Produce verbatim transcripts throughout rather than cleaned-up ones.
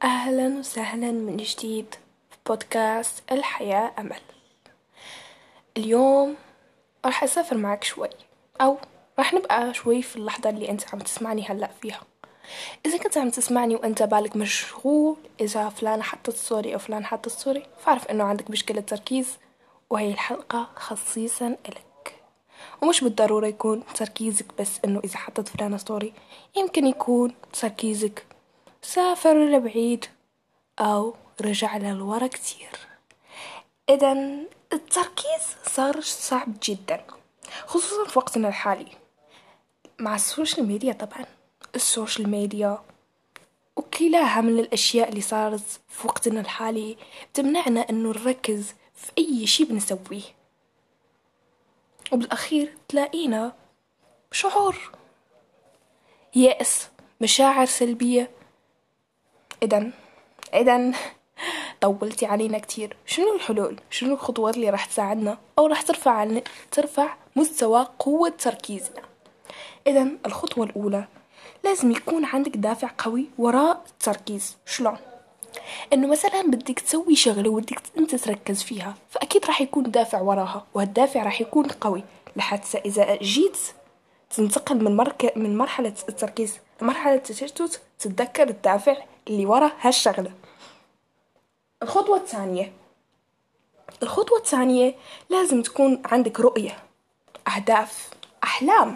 أهلا وسهلا من جديد في بودكاست الحياة أمل. اليوم راح أسافر معك شوي، أو راح نبقى شوي في اللحظة اللي أنت عم تسمعني هلأ فيها. إذا كنت عم تسمعني وأنت بالك مشغول، إذا فلانة حطت ستوري أو فلان حطت ستوري، فاعرف إنه عندك مشكلة تركيز، وهي الحلقة خصيصا إلك. ومش بالضرورة يكون تركيزك بس إنه إذا حطت فلانة ستوري، يمكن يكون تركيزك سافر لبعيد أو رجع للورا كتير. إذن التركيز صار صعب جدا، خصوصا في وقتنا الحالي مع السوشيال ميديا. طبعا السوشيال ميديا وكلاها من الأشياء اللي صارت في وقتنا الحالي بتمنعنا أنه نركز في أي شي بنسويه، وبالأخير تلاقينا شعور يأس، مشاعر سلبية. إذن إذن طولتي علينا كتير. شنو الحلول؟ شنو الخطوات اللي راح تساعدنا أو راح ترفع عن... ترفع مستوى قوة تركيزنا؟ إذن الخطوة الأولى، لازم يكون عندك دافع قوي وراء التركيز. شلون؟ إنه مثلا بدك تسوي شغلة وبدك أنت تركز فيها، فأكيد راح يكون دافع وراها، وهالدافع راح يكون قوي لحتى إذا جيت تنتقل من مرك... من مرحلة التركيز لمرحلة التشتت تتذكر الدافع اللي ورا هالشغلة. الخطوة الثانية الخطوة الثانية لازم تكون عندك رؤية، أهداف، أحلام.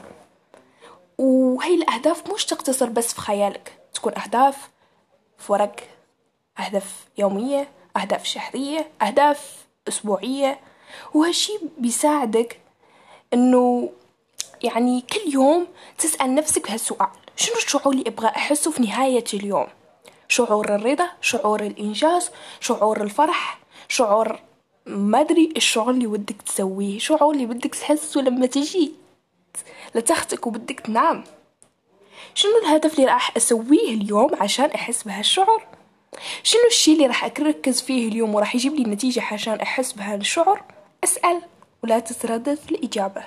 وهي الأهداف مش تقتصر بس في خيالك، تكون أهداف في ورق، أهداف يومية، أهداف شهرية، أهداف أسبوعية. وهالشي بيساعدك إنه يعني كل يوم تسأل نفسك بهالسؤال: شنو الشعور اللي أبغى أحسه في نهاية اليوم؟ شعور الرضا، شعور الإنجاز، شعور الفرح، شعور ما أدري الشعور اللي بدك تسويه، شعور اللي بدك تحسه لما تجي لتختك وبدك تنام. شنو الهدف اللي راح أسويه اليوم عشان أحس بهالشعور؟ شنو الشي اللي راح أركز فيه اليوم وراح يجيب لي نتيجة عشان أحس بهالشعور؟ أسأل ولا تتردد في الإجابة.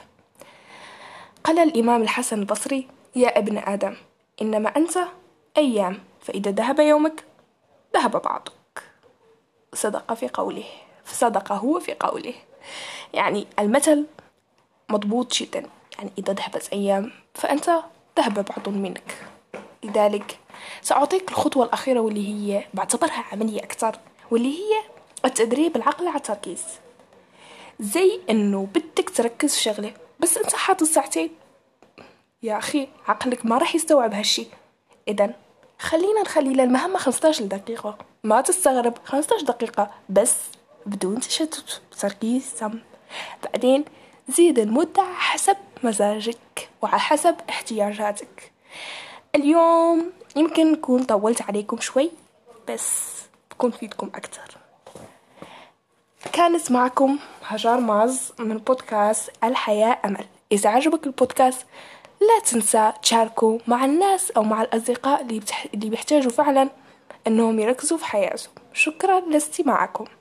قال الإمام الحسن البصري: يا ابن آدم، إنما أنت أيام، فإذا ذهب يومك ذهب بعضك. صدق في قوله صدق هو في قوله. يعني المثل مضبوط جدا، يعني إذا ذهبت أيام فأنت ذهب بعض منك. لذلك سأعطيك الخطوة الأخيرة، واللي هي بعتبرها عملية أكثر، واللي هي التدريب العقل على التركيز. زي إنه بدك تركز في شغلة بس أنت حاط ساعتين، يا أخي عقلك ما راح يستوعب هالشي. إذن خلينا نخلي للمهمة خمسة عشر دقيقة، ما تستغرب، خمسة عشر دقيقة بس بدون تشتت، تركيز تام. بعدين زيد المدة حسب مزاجك وعلى حسب احتياجاتك. اليوم يمكن نكون طولت عليكم شوي، بس بكون فيدكم أكتر. كانت معكم هجار معز من بودكاست الحياة أمل. إذا عجبك البودكاست لا تنسى تشاركه مع الناس أو مع الأصدقاء اللي, بتح... اللي بيحتاجوا فعلا أنهم يركزوا في حياتهم. شكرا لاستماعكم.